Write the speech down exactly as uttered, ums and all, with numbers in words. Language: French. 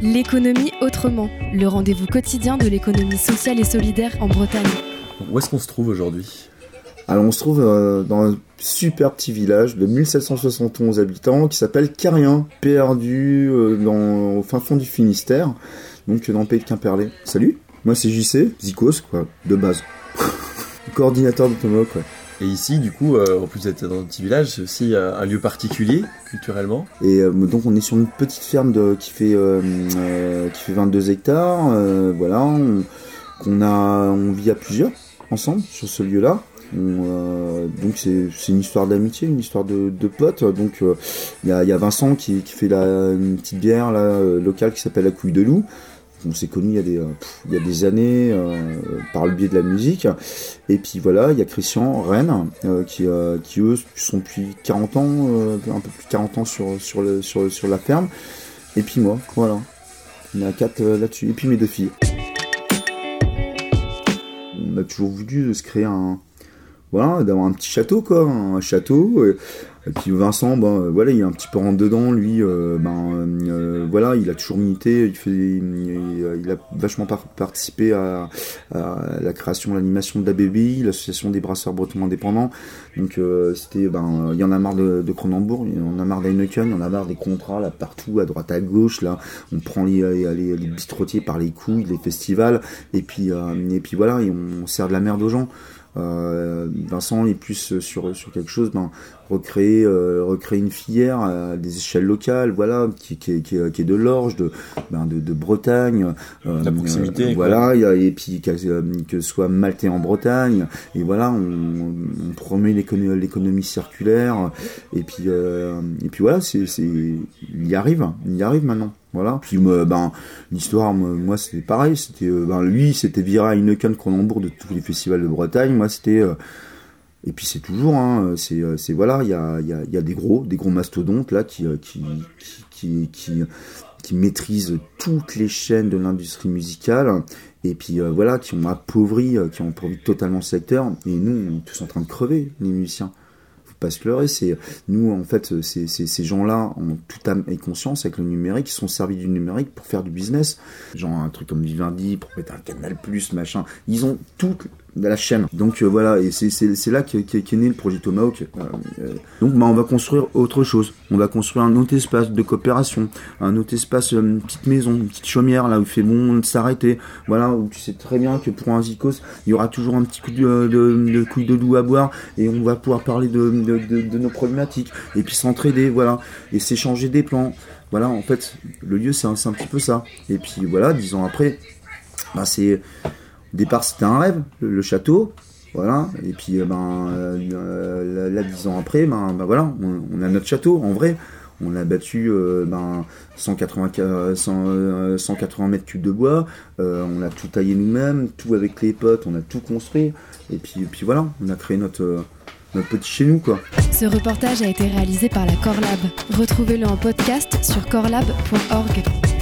L'économie autrement, le rendez-vous quotidien de l'économie sociale et solidaire en Bretagne. Où est-ce qu'on se trouve aujourd'hui ? Alors on se trouve euh, dans un super petit village de mille sept cent soixante et onze habitants qui s'appelle Carrien, perdu euh, dans, au fin fond du Finistère, donc dans le pays de Quimperlé. Salut, moi c'est J C, Zikos quoi, de base. Coordinateur de Tomo quoi. Et ici, du coup, euh, en plus d'être dans un petit village, c'est aussi euh, un lieu particulier, culturellement. Et euh, donc on est sur une petite ferme de, qui, fait, euh, euh, qui fait vingt-deux hectares, euh, voilà, on, qu'on a, on vit à plusieurs, ensemble, sur ce lieu-là. On, euh, donc c'est, c'est une histoire d'amitié, une histoire de, de potes. Donc il euh, y, a, y a Vincent qui, qui fait la, une petite bière là, euh, locale qui s'appelle la Couille de Loup. On s'est connus il y a des, euh, pff, il y a des années euh, par le biais de la musique. Et puis voilà, il y a Christian, Rennes, euh, qui, euh, qui eux sont depuis quarante ans, euh, un peu plus de quarante ans sur, sur, le, sur, sur la ferme. Et puis moi, voilà. On est à quatre euh, là-dessus. Et puis mes deux filles. On a toujours voulu se créer un... Voilà, d'avoir un petit château, quoi, un château. Et, et puis Vincent, ben voilà, il est un petit peu rentre dedans, lui. Euh, ben euh, voilà, il a toujours milité. Il fait, il, il a vachement par- participé à, à la création, l'animation de la B B I, l'association des brasseurs bretons indépendants. Donc euh, c'était, ben, il y en a marre de, de Cronenbourg, il y en a marre d'Heineken, il y en a marre des contrats là partout, à droite à gauche. Là, on prend les, les, les bistrotiers par les couilles, les festivals, et puis euh, et puis voilà, et on sert de la merde aux gens. Euh, Vincent est plus sur sur quelque chose, ben recréer euh, recréer une filière à des échelles locales, voilà, qui qui est qui est, qui est de l'orge, de ben de, de Bretagne, euh, la proximité, euh, voilà, y a, et puis que, que ce soit maltais en Bretagne, et voilà, on, on promet l'économie, l'économie circulaire, et puis euh, et puis voilà, c'est c'est il y arrive, il y arrive maintenant. Voilà. Puis ben l'histoire, moi c'était pareil, c'était ben lui c'était Vira Heineken Cronenbourg de tous les festivals de Bretagne, moi c'était euh, et puis c'est toujours hein, c'est c'est voilà, il y a il y a il y a des gros des gros mastodontes là qui qui qui qui qui, qui maîtrisent toutes les chaînes de l'industrie musicale et puis euh, voilà, qui ont appauvri qui ont appauvri totalement le secteur et nous on est tous en train de crever les musiciens. Pas se leurrer, c'est nous en fait c'est, c'est, ces gens-là ont toute âme et conscience avec le numérique, ils sont servis du numérique pour faire du business, genre un truc comme Vivendi pour mettre un Canal Plus machin, ils ont toute la chaîne, donc euh, voilà, et c'est, c'est, c'est là qu'est, qu'est né le projet Tomahawk. Euh, euh, donc bah, on va construire autre chose, on va construire un autre espace de coopération, un autre espace, euh, une petite maison, une petite chaumière là où il fait bon de s'arrêter, voilà, où tu sais très bien que pour un Zikos il y aura toujours un petit coup de, de, de couille de loup à boire et on va pouvoir parler de, de, de, de nos problématiques et puis s'entraider, voilà, et s'échanger des plans, voilà, en fait le lieu c'est un, c'est un petit peu ça, et puis voilà, dix ans après, bah c'est au départ c'était un rêve, le, le château, voilà, et puis ben euh, là dix ans après, ben, ben voilà, on, on a notre château en vrai, on a battu euh, ben cent quatre-vingts, cent, euh, cent quatre-vingts mètres cubes de bois, euh, on a tout taillé nous-mêmes, tout avec les potes, on a tout construit, et puis et puis voilà, on a créé notre euh, notre petit chez nous quoi. Ce reportage a été réalisé par la Corlab. Retrouvez-le en podcast sur corlab point org.